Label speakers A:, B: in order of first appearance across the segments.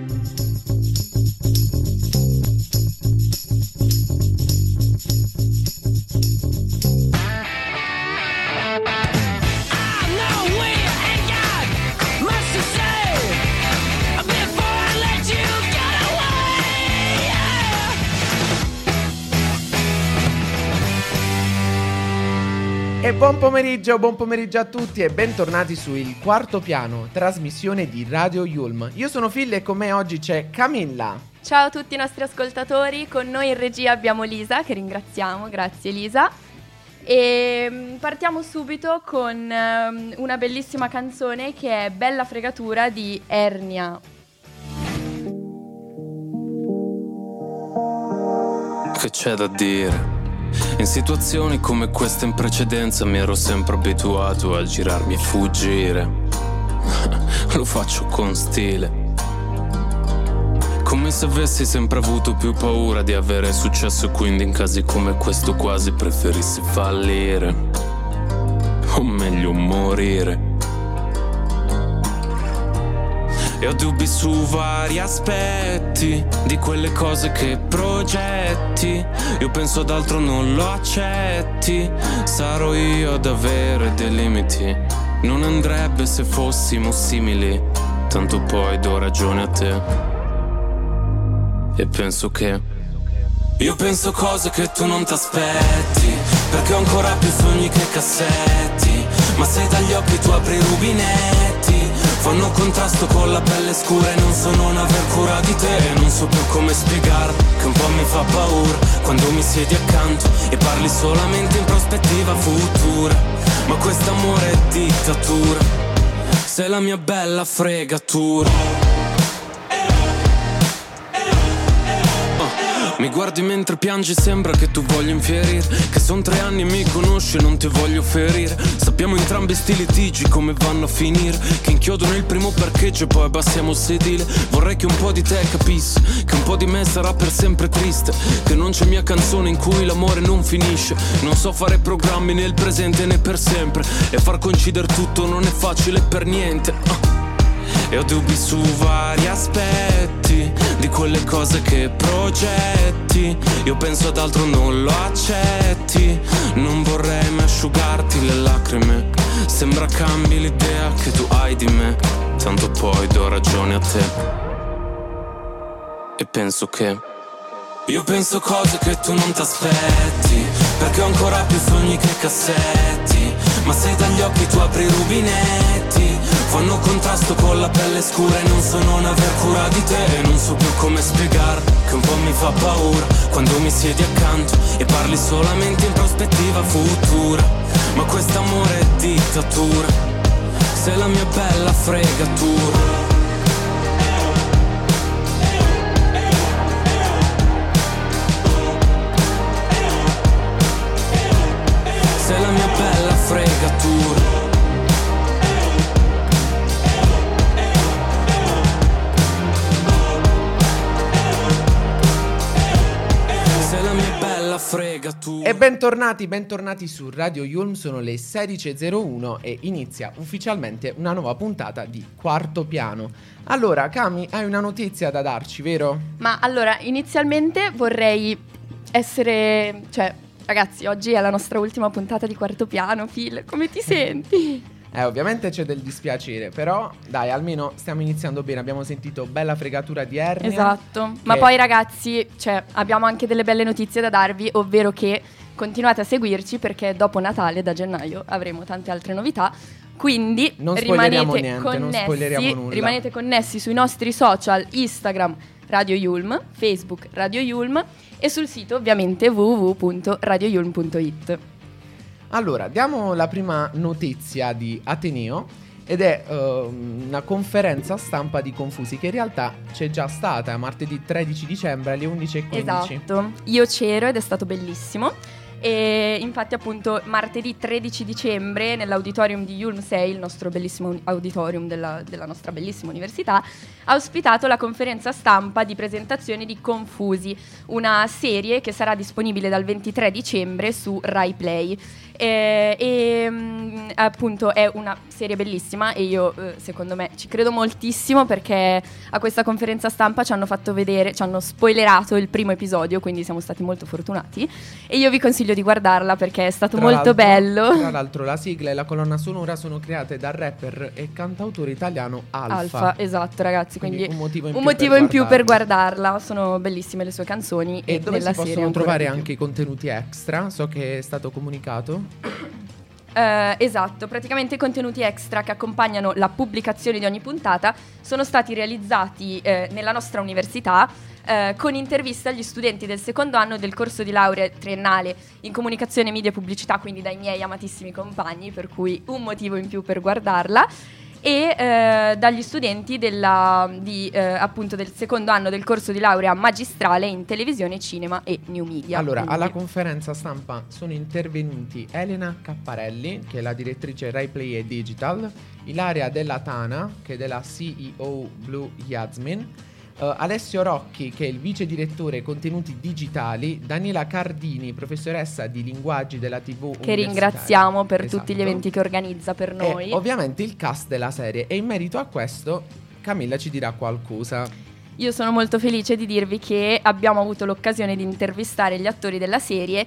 A: E buon pomeriggio a tutti e bentornati su Il Quarto Piano, trasmissione di Radio Yulm. Io sono Phil e con me oggi c'è Camilla.
B: Ciao a tutti i nostri ascoltatori, con noi in regia abbiamo Lisa, che ringraziamo, grazie Lisa. E partiamo subito con una bellissima canzone che è Bella Fregatura di Ernia.
C: Che c'è da dire? In situazioni come questa in precedenza mi ero sempre abituato a girarmi e fuggire. Lo faccio con stile, come se avessi sempre avuto più paura di avere successo e quindi in casi come questo quasi preferissi fallire, o meglio morire. E ho dubbi su vari aspetti di quelle cose che progetti. Io penso ad altro, non lo accetti. Sarò io ad avere dei limiti. Non andrebbe se fossimo simili. Tanto poi do ragione a te. E penso che io penso cose che tu non t'aspetti, perché ho ancora più sogni che cassetti. Ma se dagli occhi tu apri i rubinetti, fanno contrasto con la pelle scura e non so non aver cura di te. E non so più come spiegar che un po' mi fa paura quando mi siedi accanto e parli solamente in prospettiva futura. Ma quest'amore è dittatura, sei la mia bella fregatura. Mi guardi mentre piangi, sembra che tu voglia infierire, che son 3 anni e mi conosci e non ti voglio ferire. Sappiamo entrambi sti litigi come vanno a finire, che inchiodo nel primo parcheggio e poi abbassiamo il sedile. Vorrei che un po' di te capisse che un po' di me sarà per sempre triste, che non c'è mia canzone in cui l'amore non finisce. Non so fare programmi nel presente né per sempre, e far coincidere tutto non è facile per niente. E ho dubbi su vari aspetti di quelle cose che progetti. Io penso ad altro, non lo accetti. Non vorrei mai asciugarti le lacrime. Sembra cambi l'idea che tu hai di me. Tanto poi do ragione a te. E penso che io penso cose che tu non t'aspetti, perché ho ancora più sogni che cassetti. Ma se dagli occhi tu apri i rubinetti, fanno contrasto con la pelle scura e non so non aver cura di te. E non so più come spiegar che un po' mi fa paura quando mi siedi accanto e parli solamente in prospettiva futura. Ma quest'amore è dittatura, sei la mia bella fregatura. Sei la mia bella fregatura. Sei la mia bella fregatura.
A: E bentornati su Radio Yulm, sono le 16.01 e inizia ufficialmente una nuova puntata di Quarto Piano. Allora, Cami, hai una notizia da darci, vero?
B: Ma allora, inizialmente vorrei essere, ragazzi, oggi è la nostra ultima puntata di Quarto Piano. Phil, come ti senti?
A: Ovviamente c'è del dispiacere, però dai, almeno stiamo iniziando bene. Abbiamo sentito Bella Fregatura di Ernia.
B: Esatto, ma poi ragazzi, abbiamo anche delle belle notizie da darvi, ovvero che continuate a seguirci perché dopo Natale, da gennaio, avremo tante altre novità. Quindi
A: non spoileriamo niente,
B: connessi,
A: non spoileriamo nulla.
B: Rimanete connessi sui nostri social, Instagram Radio Yulm, Facebook Radio Yulm e sul sito ovviamente www.radioyulm.it.
A: Allora, diamo la prima notizia di Ateneo ed è una conferenza stampa di Confusi che in realtà c'è già stata martedì 13 dicembre alle 11.15.
B: Esatto, io c'ero ed è stato bellissimo. E infatti appunto martedì 13 dicembre nell'auditorium di Yulm 6, il nostro bellissimo auditorium della nostra bellissima università, ha ospitato la conferenza stampa di presentazione di Confusi, una serie che sarà disponibile dal 23 dicembre su Rai Play. Appunto è una serie bellissima e io secondo me ci credo moltissimo, perché a questa conferenza stampa ci hanno fatto vedere, ci hanno spoilerato il primo episodio, quindi siamo stati molto fortunati e io vi consiglio di guardarla perché è stato molto bello.
A: Tra l'altro la sigla e la colonna sonora sono create dal rapper e cantautore italiano Alfa.
B: Esatto ragazzi, quindi un motivo
A: in
B: più per guardarla. Sono bellissime le sue canzoni
A: e dove
B: nella
A: si possono
B: serie
A: trovare anche i contenuti extra, so che è stato comunicato.
B: Esatto, praticamente i contenuti extra che accompagnano la pubblicazione di ogni puntata sono stati realizzati nella nostra università con interviste agli studenti del secondo anno del corso di laurea triennale in comunicazione, media e pubblicità, quindi dai miei amatissimi compagni, per cui un motivo in più per guardarla, e dagli studenti appunto del secondo anno del corso di laurea magistrale in televisione, cinema e new media.
A: Allora,
B: quindi
A: alla conferenza stampa sono intervenuti Elena Capparelli, che è la direttrice Rai Play e Digital, Ilaria Della Tana, che è della CEO Blue Yasmin, Alessio Rocchi, che è il vice direttore contenuti digitali, Daniela Cardini, professoressa di linguaggi della TV
B: che ringraziamo per
A: esatto,
B: tutti gli eventi che organizza per noi,
A: e ovviamente il cast della serie. E in merito a questo Camilla ci dirà qualcosa.
B: Io sono molto felice di dirvi che abbiamo avuto l'occasione di intervistare gli attori della serie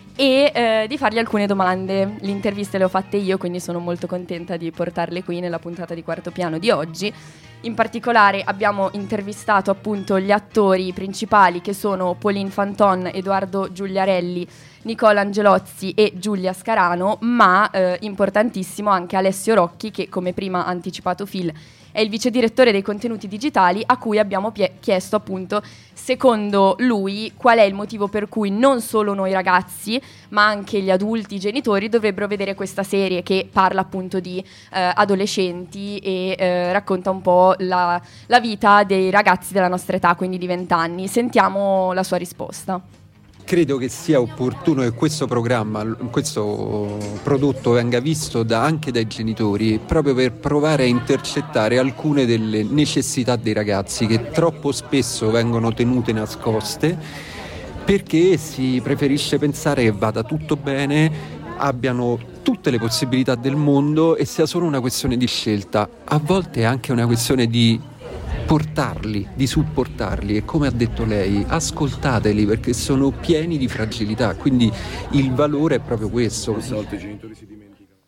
B: e di fargli alcune domande. Le interviste le ho fatte io, quindi sono molto contenta di portarle qui nella puntata di Quarto Piano di oggi. In particolare abbiamo intervistato appunto gli attori principali, che sono Pauline Fanton, Edoardo Giuliarelli, Nicola Angelozzi e Giulia Scarano, ma importantissimo anche Alessio Rocchi, che come prima ha anticipato Phil è il vice direttore dei contenuti digitali, a cui abbiamo chiesto appunto, secondo lui, qual è il motivo per cui non solo noi ragazzi ma anche gli adulti, i genitori dovrebbero vedere questa serie, che parla appunto di adolescenti e racconta un po' la vita dei ragazzi della nostra età, quindi di 20 anni. Sentiamo la sua risposta.
D: Credo che sia opportuno che questo programma, questo prodotto venga visto anche dai genitori, proprio per provare a intercettare alcune delle necessità dei ragazzi che troppo spesso vengono tenute nascoste, perché si preferisce pensare che vada tutto bene, abbiano tutte le possibilità del mondo e sia solo una questione di scelta. A volte è anche una questione di portarli, di supportarli, e come ha detto lei, ascoltateli, perché sono pieni di fragilità, quindi il valore è proprio questo.
E: A volte i genitori si dimenticano.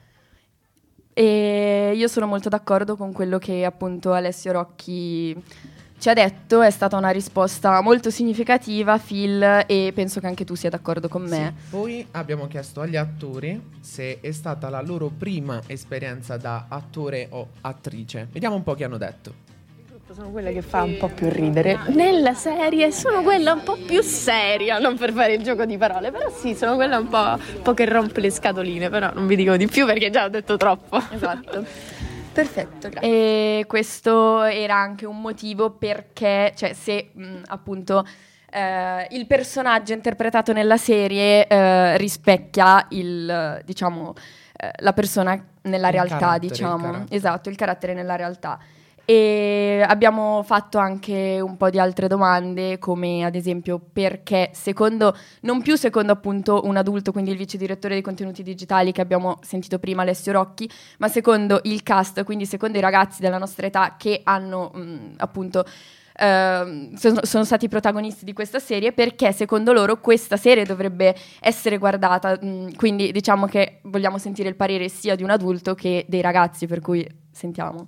B: E io sono molto d'accordo con quello che appunto Alessio Rocchi ci ha detto, è stata una risposta molto significativa, Phil, e penso che anche tu sia d'accordo con me.
A: Sì. Poi abbiamo chiesto agli attori se è stata la loro prima esperienza da attore o attrice. Vediamo un po' che hanno detto.
F: Sono quella che fa un po' più ridere. Nella serie sono quella un po' più seria, non per fare il gioco di parole, però sì, sono quella un po' che rompe le scatoline, però non vi dico di più perché già ho detto troppo.
B: Esatto. Perfetto, grazie. E questo era anche un motivo perché, cioè, se appunto il personaggio interpretato nella serie rispecchia la persona nella realtà, diciamo. Esatto, il carattere nella realtà. E abbiamo fatto anche un po' di altre domande, come ad esempio perché non più secondo appunto un adulto, quindi il vice direttore dei contenuti digitali che abbiamo sentito prima, Alessio Rocchi, ma secondo il cast, quindi secondo i ragazzi della nostra età che hanno appunto sono stati protagonisti di questa serie, perché secondo loro questa serie dovrebbe essere guardata, quindi diciamo che vogliamo sentire il parere sia di un adulto che dei ragazzi, per cui sentiamo.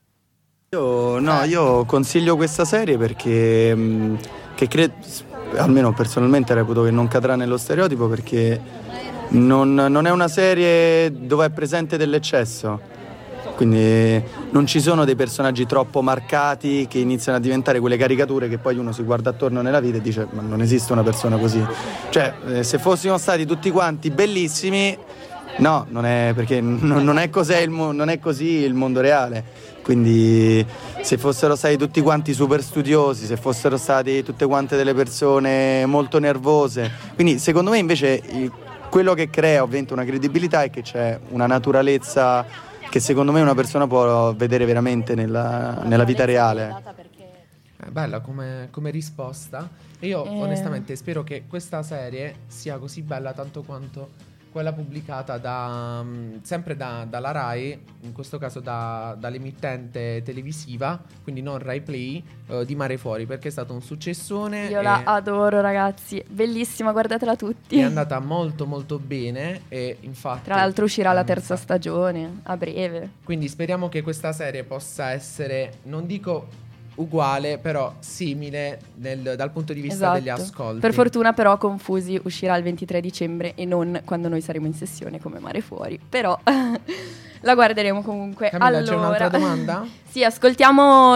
G: Io consiglio questa serie perché almeno personalmente reputo che non cadrà nello stereotipo, perché non è una serie dove è presente dell'eccesso, quindi non ci sono dei personaggi troppo marcati che iniziano a diventare quelle caricature che poi uno si guarda attorno nella vita e dice ma non esiste una persona così, cioè se fossimo stati tutti quanti bellissimi, no, non è, perché non è così il mondo reale. Quindi se fossero stati tutti quanti super studiosi, se fossero stati tutte quante delle persone molto nervose, quindi secondo me invece quello che crea ovviamente una credibilità è che c'è una naturalezza che secondo me una persona può vedere veramente nella vita reale.
A: È bella come risposta. E io onestamente spero che questa serie sia così bella tanto quanto quella pubblicata sempre dalla Rai, in questo caso dall'emittente televisiva, quindi non Rai Play, di Mare Fuori, perché è stato un successone.
B: Io la adoro, ragazzi, bellissima, guardatela tutti.
A: È andata molto molto bene e infatti
B: tra l'altro uscirà la terza stagione a breve.
A: Quindi speriamo che questa serie possa essere, non dico uguale, però simile dal punto di vista degli ascolti.
B: Per fortuna però Confusi uscirà il 23 dicembre e non quando noi saremo in sessione come Mare Fuori, però la guarderemo comunque.
A: Camilla,
B: allora,
A: c'è un'altra domanda?
B: Sì, ascoltiamo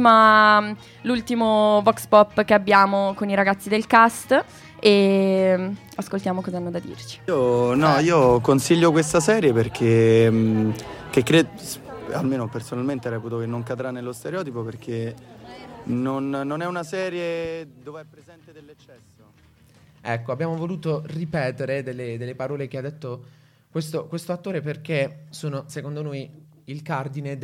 B: l'ultimo Vox Pop che abbiamo con i ragazzi del cast e ascoltiamo cosa hanno da dirci.
G: Io consiglio questa serie perché almeno personalmente reputo che non cadrà nello stereotipo, perché non è una serie dove è presente dell'eccesso.
A: Ecco, abbiamo voluto ripetere delle parole che ha detto questo attore, perché sono secondo noi il cardine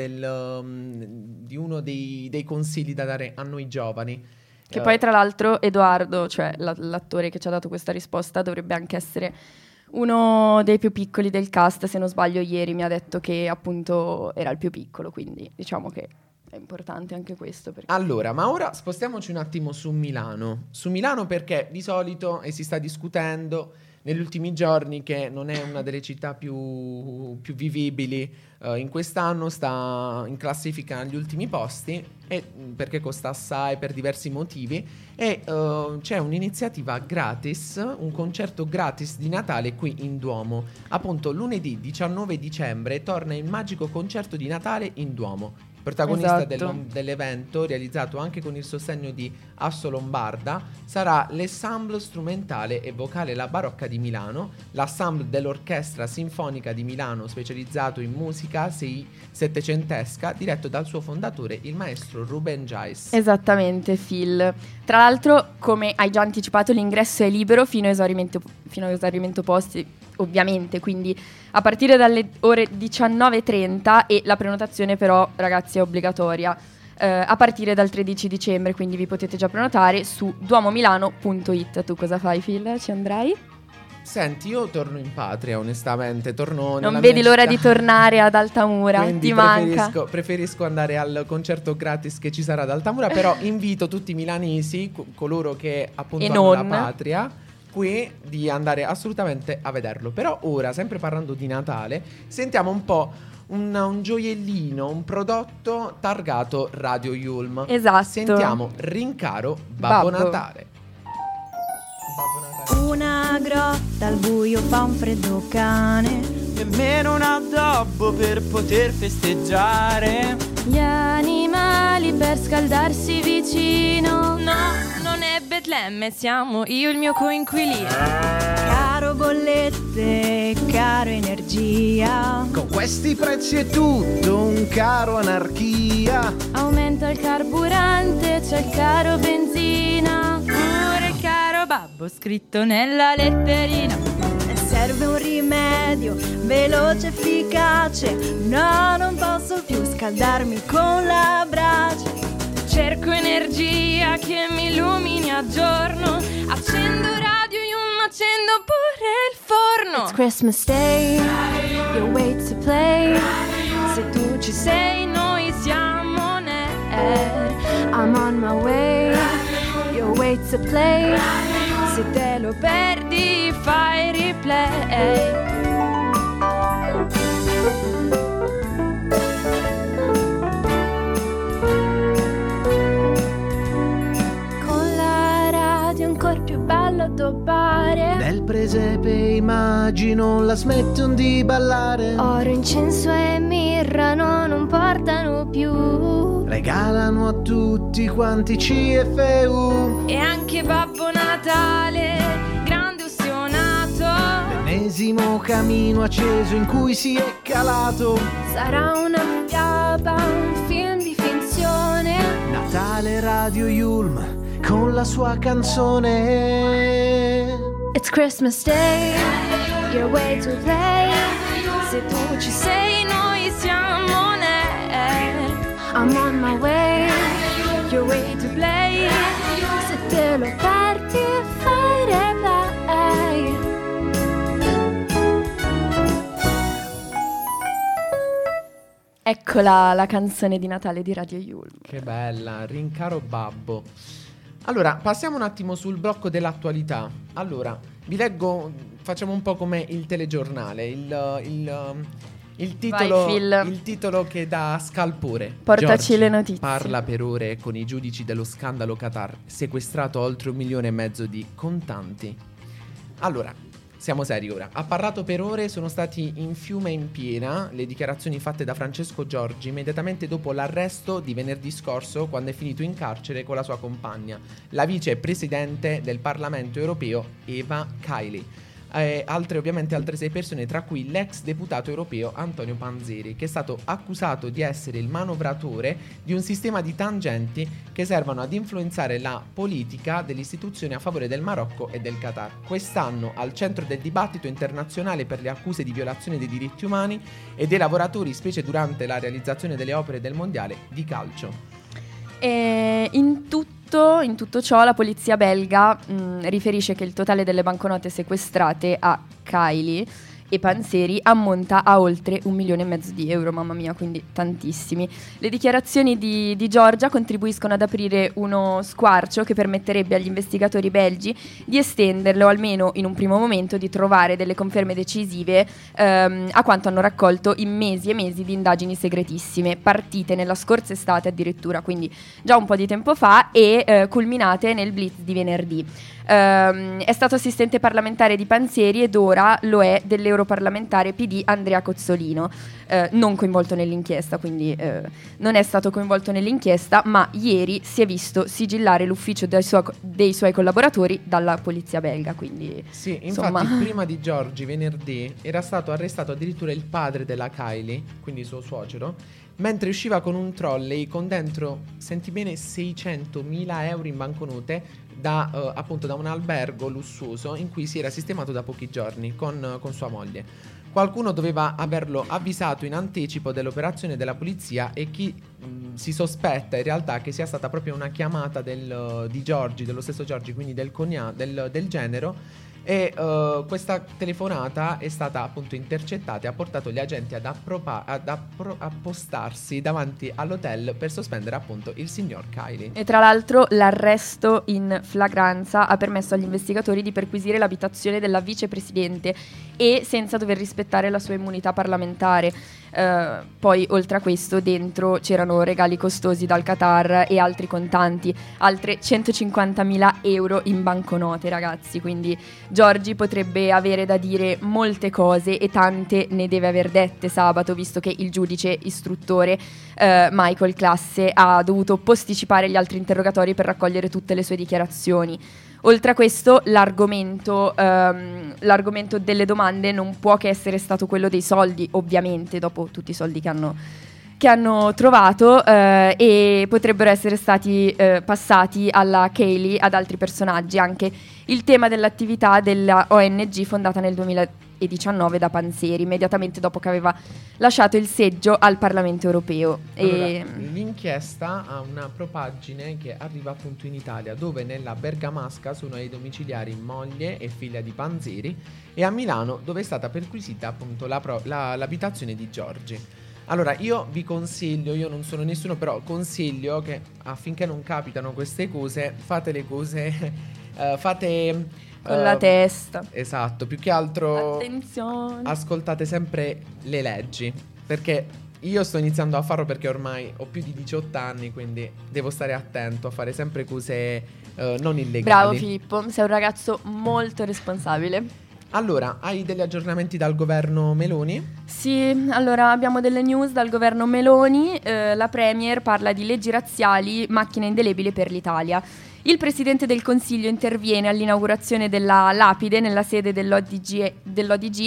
A: di uno dei consigli da dare a noi giovani.
B: Che poi tra l'altro Edoardo, cioè l'attore che ci ha dato questa risposta, dovrebbe anche essere uno dei più piccoli del cast. Se non sbaglio ieri mi ha detto che appunto era il più piccolo, quindi diciamo che è importante anche questo. Perché...
A: Allora, ma ora spostiamoci un attimo su Milano. Su Milano, perché di solito si sta discutendo negli ultimi giorni che non è una delle città più vivibili. In quest'anno sta in classifica agli ultimi posti, perché costa assai per diversi motivi, e c'è un'iniziativa gratis, un concerto gratis di Natale qui in Duomo. Appunto lunedì 19 dicembre torna il magico concerto di Natale in Duomo. Protagonista dell'evento, realizzato anche con il sostegno di Asso Lombarda, sarà l'ensemble strumentale e vocale La Barocca di Milano, l'ensemble dell'Orchestra Sinfonica di Milano specializzato in musica settecentesca, diretto dal suo fondatore, il maestro Ruben Jais.
B: Esattamente, Phil. Tra l'altro, come hai già anticipato, l'ingresso è libero fino a esaurimento posti, ovviamente, quindi a partire dalle ore 19:30, e la prenotazione però, ragazzi, è obbligatoria a partire dal 13 dicembre, quindi vi potete già prenotare su duomomilano.it. Tu cosa fai, Phil? Ci andrai?
A: Senti, io torno in patria, onestamente,
B: non vedi l'ora di tornare ad Altamura, ti manca.
A: Preferisco andare al concerto gratis che ci sarà ad Altamura, però invito tutti i milanesi, coloro che appunto hanno la patria qui, di andare assolutamente a vederlo. Però ora, sempre parlando di Natale, sentiamo un po' un gioiellino, un prodotto targato Radio Yulm.
B: Esatto.
A: Sentiamo Rincaro Babbo Natale.
H: Una grotta al buio fa un freddo cane,
I: nemmeno un addobbo per poter festeggiare.
H: Gli animali per scaldarsi vicino.
J: No, non è Betlemme, siamo io e il mio coinquilino.
H: Caro bollette, caro energia.
I: Con questi prezzi è tutto un caro anarchia.
H: Aumenta il carburante, c'è il caro benzina.
J: Pure il caro babbo scritto nella letterina.
H: Serve un rimedio veloce, efficace. No, non posso più scaldarmi con la brace.
J: Cerco energia che mi illumini a giorno. Accendo Radio Yulm, accendo pure il forno.
H: It's Christmas Day, you wait to play.
J: Se tu ci sei, noi siamo nel.
H: I'm on my way, you wait to play.
J: Se te lo perdi, fai replay.
H: Ancora più bello addobbare.
I: Nel presepe immagino la smettono di ballare.
H: Oro, incenso e mirra non portano più.
I: Regalano a tutti quanti CFU.
J: E anche Babbo Natale, grande ustionato.
I: L'ennesimo camino acceso in cui si è calato.
H: Sarà una fiaba, un film
I: Natale Radio Yulm con la sua canzone.
H: It's Christmas Day, you're way to play. Se tu ci sei, noi siamo lei. I'm on my way, you're way to play. Se te lo perdi, fai replay.
B: Eccola la canzone di Natale di Radio Yulm.
A: Che bella, Rincaro Babbo. Allora, passiamo un attimo sul blocco dell'attualità. Allora, vi leggo, facciamo un po' come il telegiornale, il titolo,
B: Vai, Phil.
A: il titolo che dà scalpore.
B: Portaci
A: Giorgi
B: le notizie.
A: parla per ore con i giudici dello scandalo Qatar, sequestrato oltre 1,5 milioni di contanti. Allora, siamo seri ora. Ha parlato per ore, sono stati in fiume in piena le dichiarazioni fatte da Francesco Giorgi immediatamente dopo l'arresto di venerdì scorso, quando è finito in carcere con la sua compagna, la vicepresidente del Parlamento europeo Eva Kaili. Altre 6 persone, tra cui l'ex deputato europeo Antonio Panzeri, che è stato accusato di essere il manovratore di un sistema di tangenti che servono ad influenzare la politica delle istituzioni a favore del Marocco e del Qatar. Quest'anno al centro del dibattito internazionale per le accuse di violazione dei diritti umani e dei lavoratori, specie durante la realizzazione delle opere del mondiale di calcio.
B: E in tutto ciò la polizia belga riferisce che il totale delle banconote sequestrate a Kaili e Panzeri ammonta a oltre 1,5 milioni di euro, mamma mia, quindi tantissimi. Le dichiarazioni di Giorgia contribuiscono ad aprire uno squarcio che permetterebbe agli investigatori belgi di estenderlo, almeno in un primo momento, di trovare delle conferme decisive a quanto hanno raccolto in mesi e mesi di indagini segretissime, partite nella scorsa estate addirittura, quindi già un po' di tempo fa, e culminate nel blitz di venerdì. È stato assistente parlamentare di Panzeri ed ora lo è dell'europarlamentare PD Andrea Cozzolino, non coinvolto nell'inchiesta, quindi non è stato coinvolto nell'inchiesta, ma ieri si è visto sigillare l'ufficio dei suoi collaboratori dalla polizia belga, quindi
A: sì,
B: insomma.
A: infatti prima di Giorgi venerdì era stato arrestato addirittura il padre della Kaili, quindi suo suocero, mentre usciva con un trolley con dentro, senti bene, 600.000 euro in banconote appunto da un albergo lussuoso in cui si era sistemato da pochi giorni con sua moglie. Qualcuno doveva averlo avvisato in anticipo dell'operazione della polizia e chi si sospetta in realtà che sia stata proprio una chiamata di Giorgi, dello stesso Giorgi, quindi del genero. E questa telefonata è stata appunto intercettata e ha portato gli agenti ad appostarsi davanti all'hotel per sospendere appunto il signor Kaili.
B: E tra l'altro l'arresto in flagranza ha permesso agli investigatori di perquisire l'abitazione della vicepresidente e senza dover rispettare la sua immunità parlamentare. Poi oltre a questo dentro c'erano regali costosi dal Qatar e altri contanti, altre 150.000 euro in banconote, ragazzi, quindi Giorgi potrebbe avere da dire molte cose e tante ne deve aver dette sabato, visto che il giudice istruttore Michael Classe ha dovuto posticipare gli altri interrogatori per raccogliere tutte le sue dichiarazioni. Oltre a questo, l'argomento delle domande non può che essere stato quello dei soldi, ovviamente, dopo tutti i soldi che hanno trovato, e potrebbero essere stati passati alla Kaili ad altri personaggi, anche il tema dell'attività della ONG fondata nel 2019 da Panzeri, immediatamente dopo che aveva lasciato il seggio al Parlamento europeo.
A: Allora, l'inchiesta ha una propagine che arriva appunto in Italia, dove nella Bergamasca sono ai domiciliari moglie e figlia di Panzeri, e a Milano, dove è stata perquisita appunto l'abitazione di Giorgi. Allora, io vi consiglio, io non sono nessuno, però consiglio che affinché non capitano queste cose, fate le cose fate
B: con la testa.
A: Esatto, più che altro
B: attenzione,
A: ascoltate sempre le leggi, perché io sto iniziando a farlo perché ormai ho più di 18 anni, quindi devo stare attento a fare sempre cose non illegali.
B: Bravo Filippo, sei un ragazzo molto responsabile.
A: Allora, hai degli aggiornamenti dal governo Meloni?
B: Sì, allora abbiamo delle news dal governo Meloni. La Premier parla di leggi razziali, macchina indelebile per l'Italia. Il Presidente del Consiglio interviene all'inaugurazione della lapide nella sede dell'ODG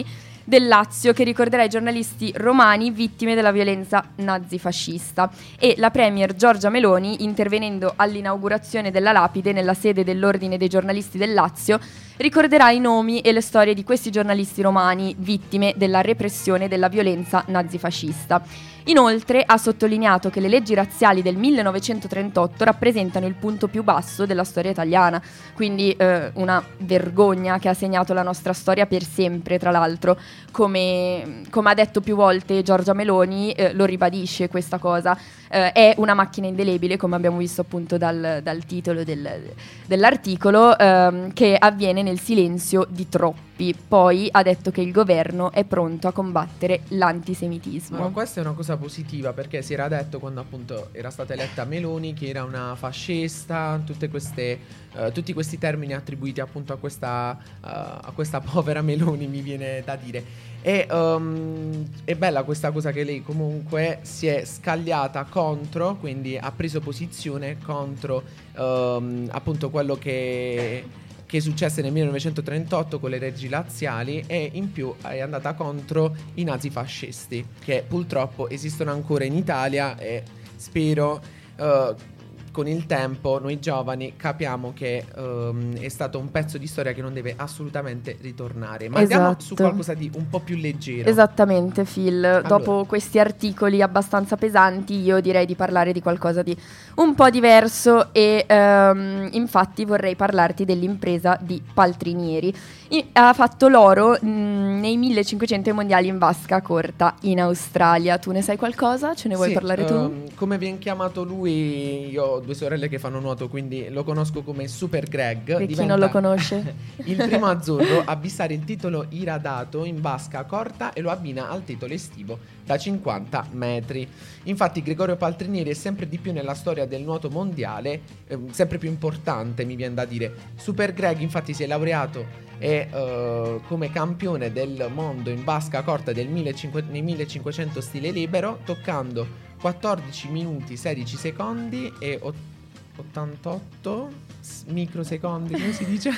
B: del Lazio, che ricorderà i giornalisti romani vittime della violenza nazifascista, e la premier Giorgia Meloni, intervenendo all'inaugurazione della lapide nella sede dell'Ordine dei giornalisti del Lazio, ricorderà i nomi e le storie di questi giornalisti romani vittime della repressione della violenza nazifascista. Inoltre ha sottolineato che le leggi razziali del 1938 rappresentano il punto più basso della storia italiana, quindi una vergogna che ha segnato la nostra storia per sempre. Tra l'altro, come ha detto più volte Giorgia Meloni, lo ribadisce questa cosa, è una macchina indelebile, come abbiamo visto appunto dal titolo dell'articolo, che avviene nel silenzio di troppi. Poi ha detto che il governo è pronto a combattere l'antisemitismo.
A: Ma questa è una cosa positiva, perché si era detto, quando appunto era stata eletta Meloni, che era una fascista, tutti questi termini attribuiti appunto a questa povera Meloni, mi viene da dire. E è bella questa cosa che lei comunque si è scagliata contro, quindi ha preso posizione contro appunto quello che successe nel 1938 con le leggi razziali, e in più è andata contro i nazifascisti, che purtroppo esistono ancora in Italia, e spero con il tempo noi giovani capiamo che è stato un pezzo di storia che non deve assolutamente ritornare. Ma andiamo su qualcosa di un po' più leggero.
B: Esattamente, Phil. Dopo questi articoli abbastanza pesanti, io direi di parlare di qualcosa di un po' diverso, e infatti vorrei parlarti dell'impresa di Paltrinieri. Ha fatto l'oro nei 1500 mondiali in vasca corta in Australia. Tu ne sai qualcosa? Ce ne vuoi parlare tu?
A: Come viene chiamato lui? Io ho 2 sorelle che fanno nuoto, quindi lo conosco come Super Greg.
B: Per chi non lo conosce.
A: Il primo azzurro a bissare il titolo iradato in vasca corta, e lo abbina al titolo estivo da 50 metri. Infatti Gregorio Paltrinieri è sempre di più nella storia del nuoto mondiale, sempre più importante, mi viene da dire. Super Greg infatti si è laureato come campione del mondo in vasca corta nei 1500 stile libero, toccando 14 minuti 16 secondi e 88 microsecondi, come si dice?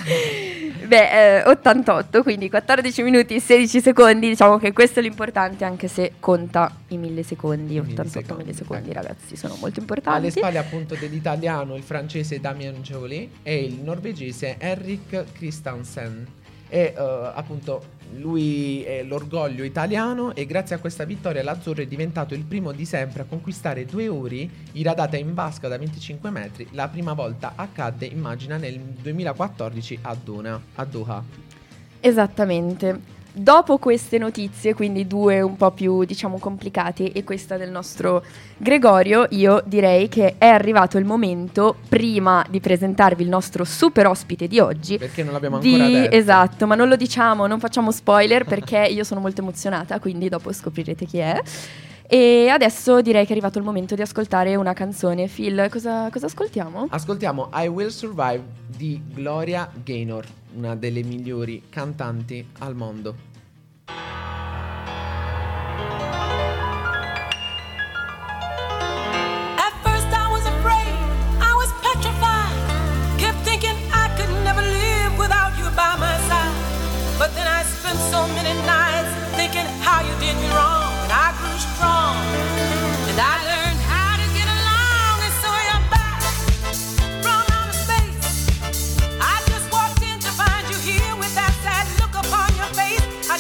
B: 88, quindi 14 minuti 16 secondi. Diciamo che questo è l'importante, anche se conta i millisecondi. 88 millisecondi, ragazzi, sono molto importanti.
A: Alle spalle appunto dell'italiano il francese Damien Joly e il norvegese Henrik Christensen. E appunto lui è l'orgoglio italiano, e grazie a questa vittoria l'azzurro è diventato il primo di sempre a conquistare 2 ori iradata in vasca da 25 metri. La prima volta accadde, immagina, nel 2014 a Doha.
B: Esattamente. Dopo queste notizie, quindi 2 un po' più, diciamo, complicate, e questa del nostro Gregorio, io direi che è arrivato il momento, prima di presentarvi il nostro super ospite di oggi,
A: perché non l'abbiamo ancora detto.
B: Esatto, ma non lo diciamo, non facciamo spoiler, perché io sono molto emozionata, quindi dopo scoprirete chi è. E adesso direi che è arrivato il momento di ascoltare una canzone. Phil, cosa ascoltiamo?
A: Ascoltiamo I Will Survive di Gloria Gaynor, una delle migliori cantanti al mondo.
K: At first I was afraid, I was petrified, kept thinking I could never live without you by my side. But then I spent so many nights thinking how you did me wrong, and I grew strong, and I learned how to get along. And so you're back from outer space. I just walked in to find you here with that sad look upon your face.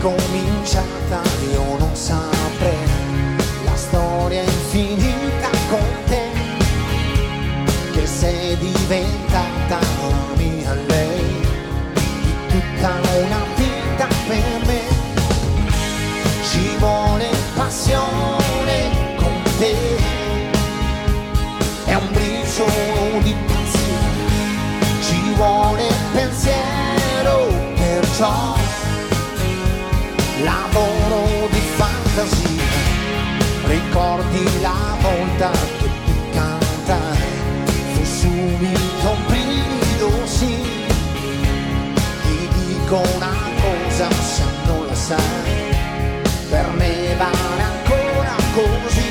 I: cominciata, io non saprei, la storia è infinita con te, che sei diventata la mia lei, di tutta una vita per me, ci vuole passione con te, è un briciolo di pazzia, ci vuole pensiero, perciò lavoro di fantasia, ricordi la volta che tu cantai, fu subito un brivido, sì, ti dico una cosa se non la sai, per me vale ancora così.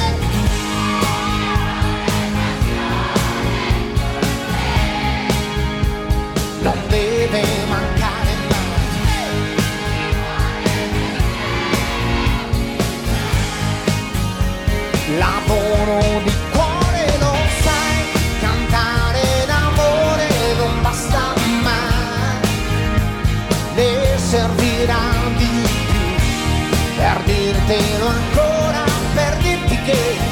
I: Non deve mancare mai, lavoro di cuore, lo sai, cantare d'amore non basta mai, ne servirà di più, per dirtelo ancora, per dirti che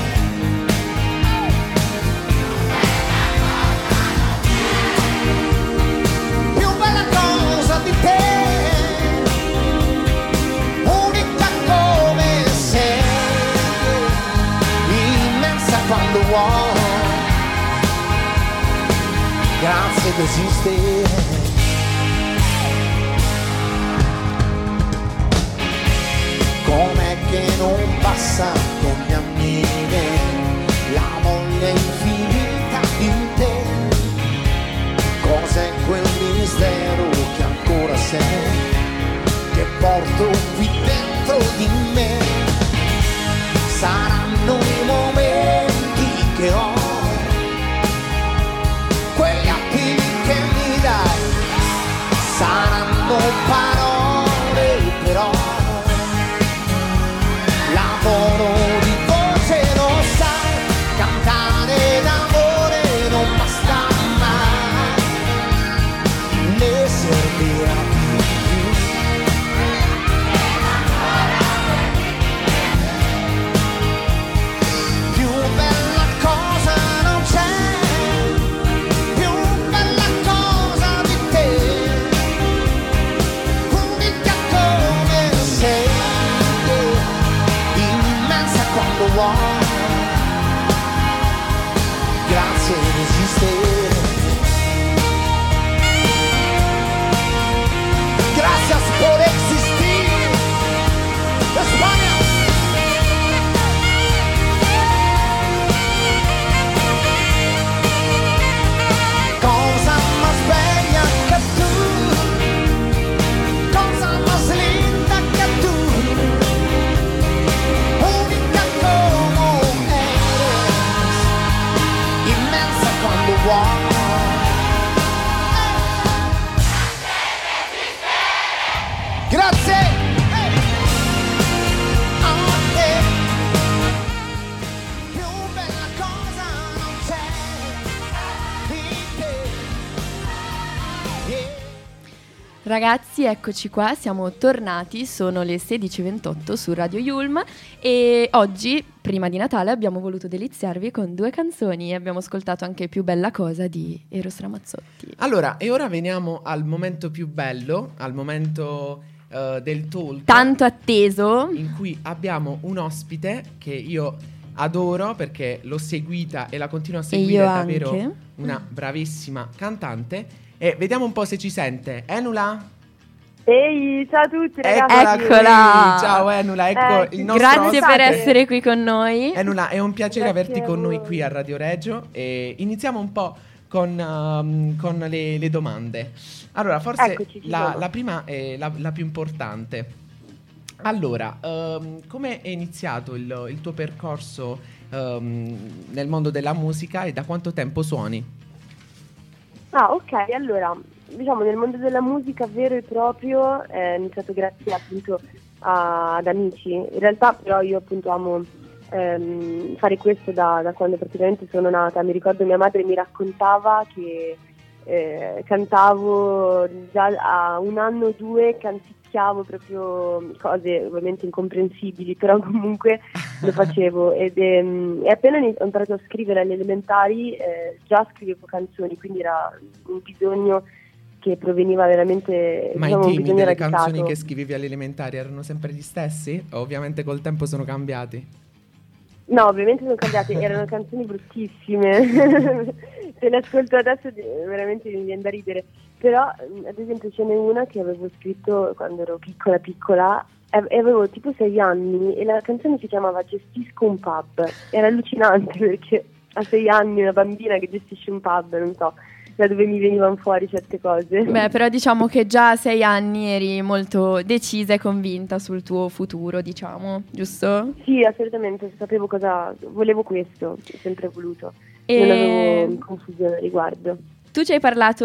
I: di te, unica come sei, immensa quando vuoi, grazie d'esistere. Com'è che non passa con gli anni la voglia infinita di te, cos'è quel mistero che ancora sei, che porto qui dentro di me, saranno i momenti che ho, quegli attimi che mi dai, saranno parole però, lavoro di voce, lo sai, cantare d'amore non basta mai, ne servirà di più, più bella cosa non c'è, più bella cosa di te, unica come sei, immensa quando vuoi, grazie di esistere. Gracias por existir, España. Cosa más bella que tú, cosa más linda que tú, única como eres, inmensa cuando vuoi. Grazie a te, più bella cosa non c'è di te. Yeah.
B: Ragazzi, eccoci qua, siamo tornati, sono le 16:28 su Radio Yulm e oggi, prima di Natale, abbiamo voluto deliziarvi con 2 canzoni e abbiamo ascoltato anche Più bella cosa di Eros Ramazzotti.
A: Allora, e ora veniamo al momento più bello, al momento del talk,
B: tanto atteso,
A: in cui abbiamo un ospite che io adoro perché l'ho seguita e la continuo a seguire,
B: io
A: è davvero
B: anche.
A: Una bravissima cantante, e vediamo un po' se ci sente. Enula?
L: Ehi, ciao a tutti ragazzi.
B: Eccola!
A: Ciao Enula, ecco il nostro
B: Grazie
A: ospite.
B: per essere qui con noi.
A: Enula, è un piacere
L: Grazie
A: averti
L: a
A: con noi
L: voi.
A: qui a Radio Reggio e iniziamo un po' con le domande. Allora, forse
L: Eccoci, ci
A: la
L: sono.
A: prima è la più importante. Allora, come è iniziato il tuo percorso nel mondo della musica e da quanto tempo suoni?
L: Ah, ok, allora, diciamo nel mondo della musica vero e proprio è iniziato grazie appunto ad amici. In realtà però io appunto amo fare questo da quando praticamente sono nata. Mi ricordo mia madre mi raccontava che cantavo già a 1 anno o 2 mischiavo proprio cose ovviamente incomprensibili, però comunque lo facevo e appena ho imparato a scrivere alle elementari già scrivevo canzoni, quindi era un bisogno che proveniva veramente,
A: Ma
L: diciamo,
A: i
L: un
A: temi
L: bisogno
A: delle
L: radicato.
A: canzoni che scrivevi alle elementari erano sempre gli stessi? O ovviamente col tempo sono cambiati?
L: No, ovviamente sono cambiate, erano canzoni bruttissime, se le ascolto adesso veramente mi viene da ridere, però ad esempio ce n'è una che avevo scritto quando ero piccola e avevo tipo 6 anni e la canzone si chiamava Gestisco un pub, era allucinante perché a 6 anni una bambina che gestisce un pub, non so da dove mi venivano fuori certe cose.
B: Beh, però diciamo che già a 6 anni eri molto decisa e convinta sul tuo futuro, diciamo, giusto?
L: Sì, assolutamente, sapevo cosa volevo, questo, ho sempre voluto.
B: E...
L: Non avevo confusione al riguardo.
B: Tu ci hai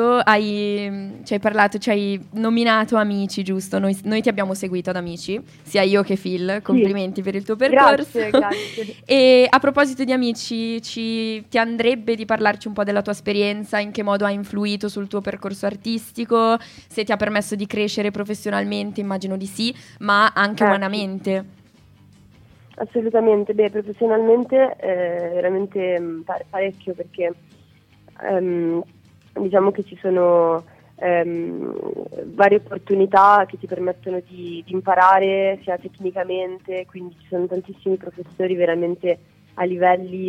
B: nominato Amici, giusto? Noi ti abbiamo seguito ad Amici, sia io che Phil, complimenti per il tuo percorso.
L: Grazie.
B: E a proposito di Amici, ti andrebbe di parlarci un po' della tua esperienza, in che modo ha influito sul tuo percorso artistico, se ti ha permesso di crescere professionalmente, immagino di sì, ma anche umanamente.
L: Assolutamente, professionalmente veramente parecchio, perché diciamo che ci sono varie opportunità che ti permettono di imparare sia tecnicamente, quindi ci sono tantissimi professori veramente a livelli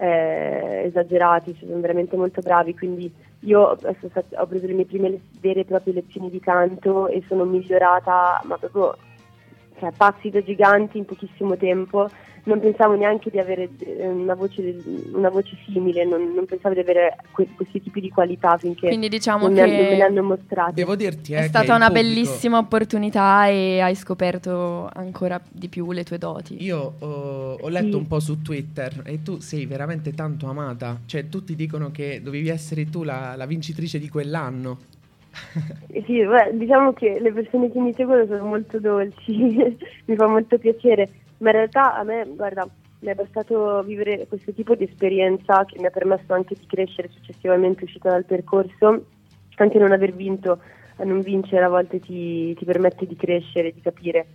L: esagerati, sono veramente molto bravi, quindi io ho preso le mie prime vere e proprie lezioni di canto e sono migliorata, ma proprio passi da giganti in pochissimo tempo. Non pensavo neanche di avere una voce simile, non pensavo di avere questi tipi di qualità finché
B: quindi diciamo
L: non
B: che
L: me le hanno mostrate.
A: Devo dirti
B: è stata una bellissima opportunità e hai scoperto ancora di più le tue doti.
A: Io ho letto un po' su Twitter e tu sei veramente tanto amata, cioè tutti dicono che dovevi essere tu la vincitrice di quell'anno.
L: Sì, diciamo che le persone che mi seguono sono molto dolci, mi fa molto piacere, ma in realtà a me, guarda, mi è bastato vivere questo tipo di esperienza che mi ha permesso anche di crescere successivamente uscita dal percorso. Anche non aver vinto, a non vincere a volte ti permette di crescere, di capire.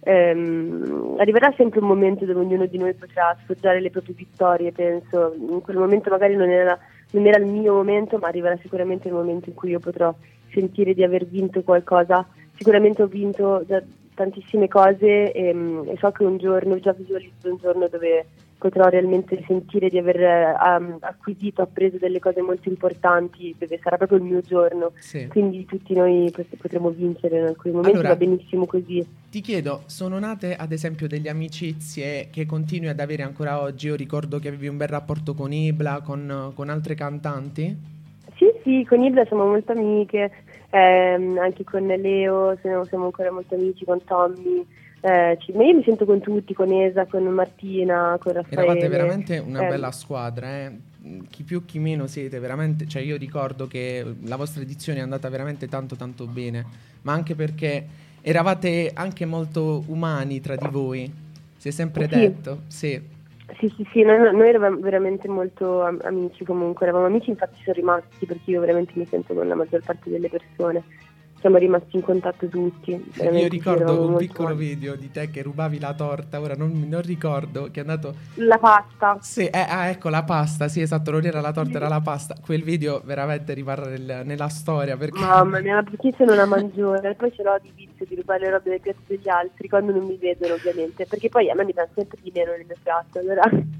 L: Arriverà sempre un momento dove ognuno di noi potrà sfoggiare le proprie vittorie, penso. In quel momento magari non era il mio momento, ma arriverà sicuramente il momento in cui io potrò sentire di aver vinto qualcosa. Sicuramente ho vinto già tantissime cose e so che un giorno, già visualizzo un giorno dove potrò realmente sentire di aver appreso delle cose molto importanti, dove sarà proprio il mio giorno.
A: Sì.
L: Quindi tutti noi potremo vincere in alcuni momenti. Allora, va benissimo così.
A: Ti chiedo, sono nate ad esempio delle amicizie che continui ad avere ancora oggi? Io ricordo che avevi un bel rapporto con Ibla, con altre cantanti.
L: Sì, con Ibla siamo molto amiche, anche con Leo siamo ancora molto amici, con Tommy, ma io mi sento con tutti, con Esa, con Martina, con Raffaele.
A: Eravate veramente una bella squadra, chi più chi meno siete veramente, cioè io ricordo che la vostra edizione è andata veramente tanto tanto bene, ma anche perché eravate anche molto umani tra di voi, si è sempre detto, sì.
L: Sì, noi eravamo veramente molto amici, comunque eravamo amici, infatti sono rimasti, perché io veramente mi sento con la maggior parte delle persone, siamo rimasti in contatto tutti.
A: Io ricordo un piccolo video di te che rubavi la torta, ora non ricordo, che è andato...
L: La pasta.
A: Sì, ecco la pasta, sì esatto, non era la torta, era la pasta. Quel video veramente rimarrà nella storia, perché...
L: Mamma mia, perché sono una mangiona, e poi ce l'ho di vizio di rubare le robe dai piatti degli altri, quando non mi vedono ovviamente, perché poi a me mi danno sempre di meno nel mio piatto, allora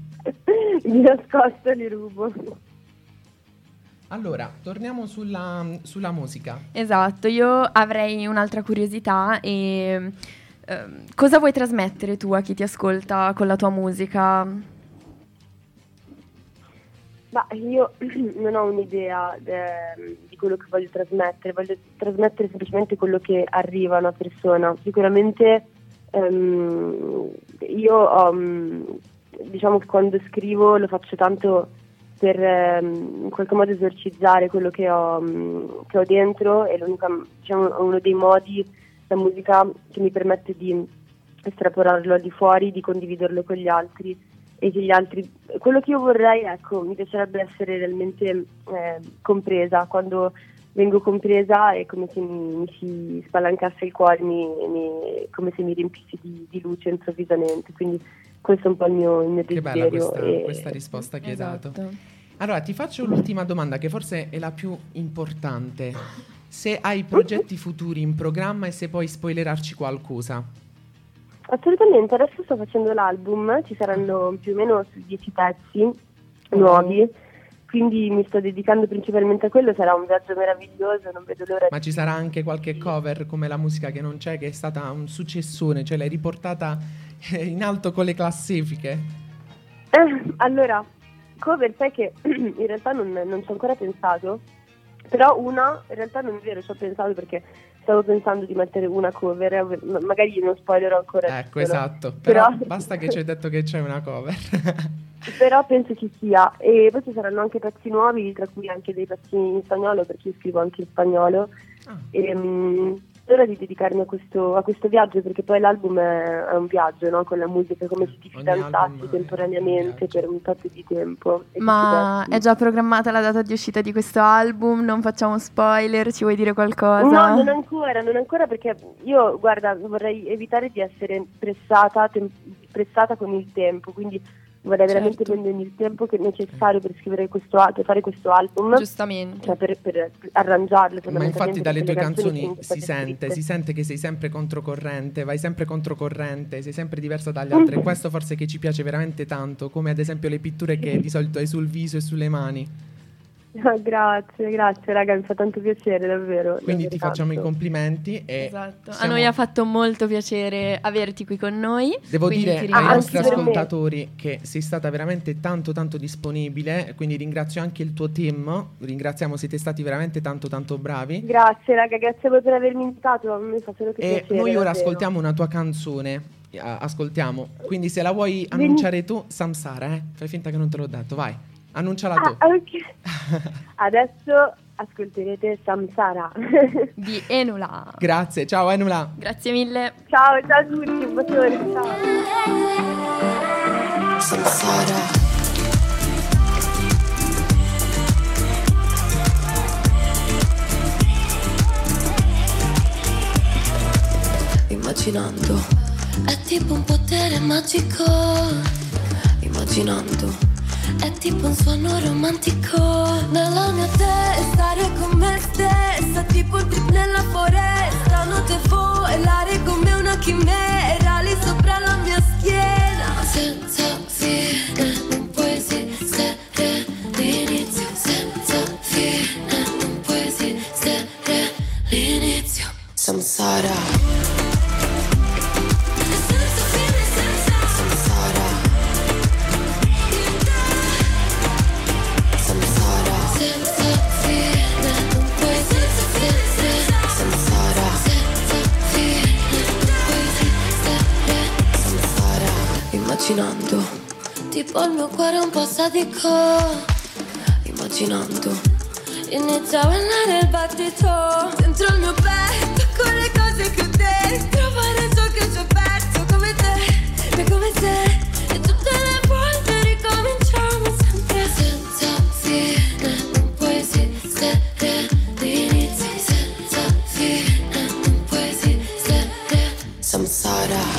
L: di nascosto li rubo.
A: Allora, torniamo sulla musica.
B: Esatto, io avrei un'altra curiosità e cosa vuoi trasmettere tu a chi ti ascolta con la tua musica?
L: Ma io non ho un'idea di quello che voglio trasmettere semplicemente quello che arriva a una persona. Sicuramente io diciamo che quando scrivo lo faccio tanto per in qualche modo esorcizzare quello che ho dentro, e uno dei modi, la musica, che mi permette di estrapolarlo al di fuori, di condividerlo con gli altri, e che gli altri, quello che io vorrei, ecco, mi piacerebbe essere realmente compresa quando vengo compresa, è come se mi si spalancasse il cuore, come se mi riempissi di luce improvvisamente, quindi questo è un po' il mio
A: Che
L: desiderio.
A: bella questa risposta che hai dato. Allora ti faccio l'ultima domanda, che forse è la più importante. Se hai progetti futuri in programma e se puoi spoilerarci qualcosa.
L: Assolutamente, adesso sto facendo l'album, ci saranno più o meno 10 pezzi nuovi, quindi mi sto dedicando principalmente a quello, sarà un viaggio meraviglioso, non vedo l'ora.
A: Ma ci sarà anche qualche cover come La musica che non c'è, che è stata un successone, cioè l'hai riportata in alto con le classifiche?
L: Allora, cover, sai che in realtà non ci ho ancora pensato, però in realtà non è vero, ci ho pensato perché stavo pensando di mettere una cover, magari non spoilerò ancora.
A: Ecco, esatto, però basta che ci hai detto che c'è una cover.
L: Però penso ci sia, e poi ci saranno anche pezzi nuovi, tra cui anche dei pezzi in spagnolo, perché io scrivo anche in spagnolo. E l'ora di dedicarmi a questo viaggio, perché poi l'album è un viaggio, no? Con la musica, come se ti fidanzassi temporaneamente per un tot di tempo.
B: Ma è già programmata la data di uscita di questo album? Non facciamo spoiler, ci vuoi dire qualcosa?
L: No, non ancora, perché io, guarda, vorrei evitare di essere pressata con il tempo, quindi vorrei veramente prendermi il tempo che è necessario per scrivere per fare questo album.
B: Giustamente.
L: Cioè per arrangiarlo.
A: Ma infatti dalle tue canzoni si sente che sei sempre controcorrente, vai sempre controcorrente, sei sempre diversa dagli altri. E questo forse che ci piace veramente tanto, come ad esempio le pitture che di solito hai sul viso e sulle mani.
L: Grazie raga, mi fa tanto piacere, davvero.
A: Quindi ti facciamo i complimenti.
B: Esatto. A noi ha fatto molto piacere averti qui con noi.
A: Devo dire ai nostri ascoltatori che sei stata veramente tanto disponibile, quindi ringrazio anche il tuo team, siete stati veramente tanto bravi.
L: Grazie raga, grazie a voi per avermi invitato, a me fa solo che piacere.
A: E noi ora
L: davvero.
A: Ascoltiamo una tua canzone, quindi se la vuoi annunciare tu, Samsara, fai finta che non te l'ho detto, vai. Annunciala tu.
L: Okay. Adesso ascolterete Samsara
B: di Enula.
A: Grazie, ciao Enula.
B: Grazie mille.
L: Ciao a tutti, un bacione, ciao.
M: Samsara. Immaginando, è tipo un potere magico. Immaginando, è tipo un suono romantico. Nella mia testa, stare con me stessa, tipo il trip nella foresta. Notte volare come una chimera lì sopra la mia schiena. Senza fine, non può esistere l'inizio. Senza fine, non può esistere l'inizio. Samsara. Immaginando, tipo il mio cuore un po' sadico. Immaginando, inizia a ballare il battito dentro il mio petto, con le cose che ho dentro. Fare ciò che ci ho perso, come te, come te. E tutte le volte ricominciamo sempre. Senza fine, non può esistere l'inizio. Senza fine, non può esistere Samsara.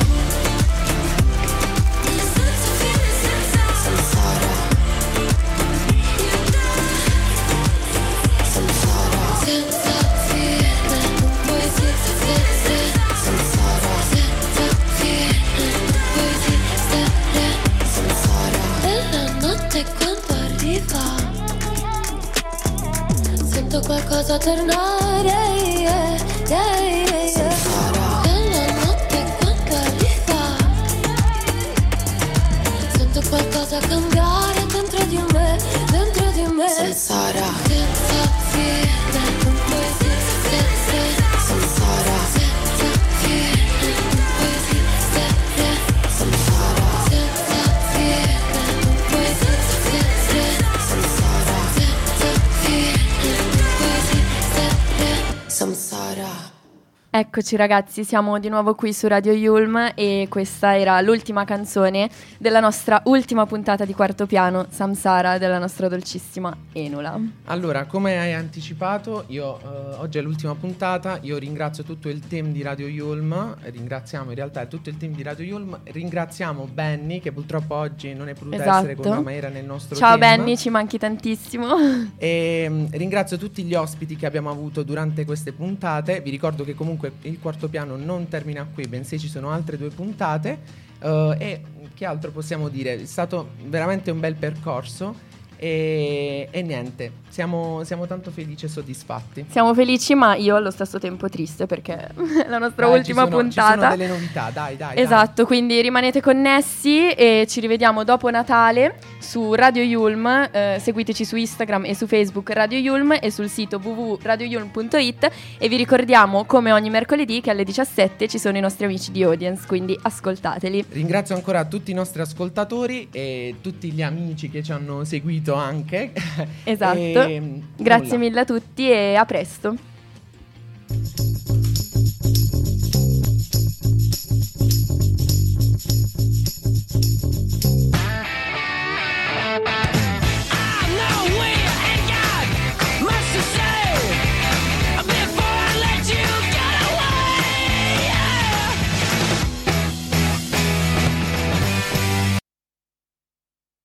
B: Eccoci ragazzi, siamo di nuovo qui su Radio Yulm e questa era l'ultima canzone della nostra ultima puntata di Quarto Piano, Samsara, della nostra dolcissima Enula.
A: Allora, come hai anticipato, oggi è l'ultima puntata, io ringrazio tutto il team di Radio Yulm, ringraziamo in realtà tutto il team di Radio Yulm, ringraziamo Benny che purtroppo oggi non è potuta essere con noi, ma era nel nostro
B: Ciao
A: team.
B: Benny, ci manchi tantissimo.
A: E ringrazio tutti gli ospiti che abbiamo avuto durante queste puntate. Vi ricordo che comunque il Quarto Piano non termina qui, bensì ci sono altre 2 puntate. E che altro possiamo dire? È stato veramente un bel percorso. E niente, siamo tanto felici e soddisfatti.
B: Siamo felici, ma io allo stesso tempo triste perché è la nostra ultima puntata.
A: Ci sono delle novità, dai.
B: Esatto, quindi rimanete connessi e ci rivediamo dopo Natale su Radio Yulm. Seguiteci su Instagram e su Facebook Radio Yulm e sul sito www.radioyulm.it. E vi ricordiamo, come ogni mercoledì, che alle 17 ci sono i nostri amici di Audience, quindi ascoltateli.
A: Ringrazio ancora tutti i nostri ascoltatori e tutti gli amici che ci hanno seguito anche.
B: Esatto. Grazie mille a tutti e a presto.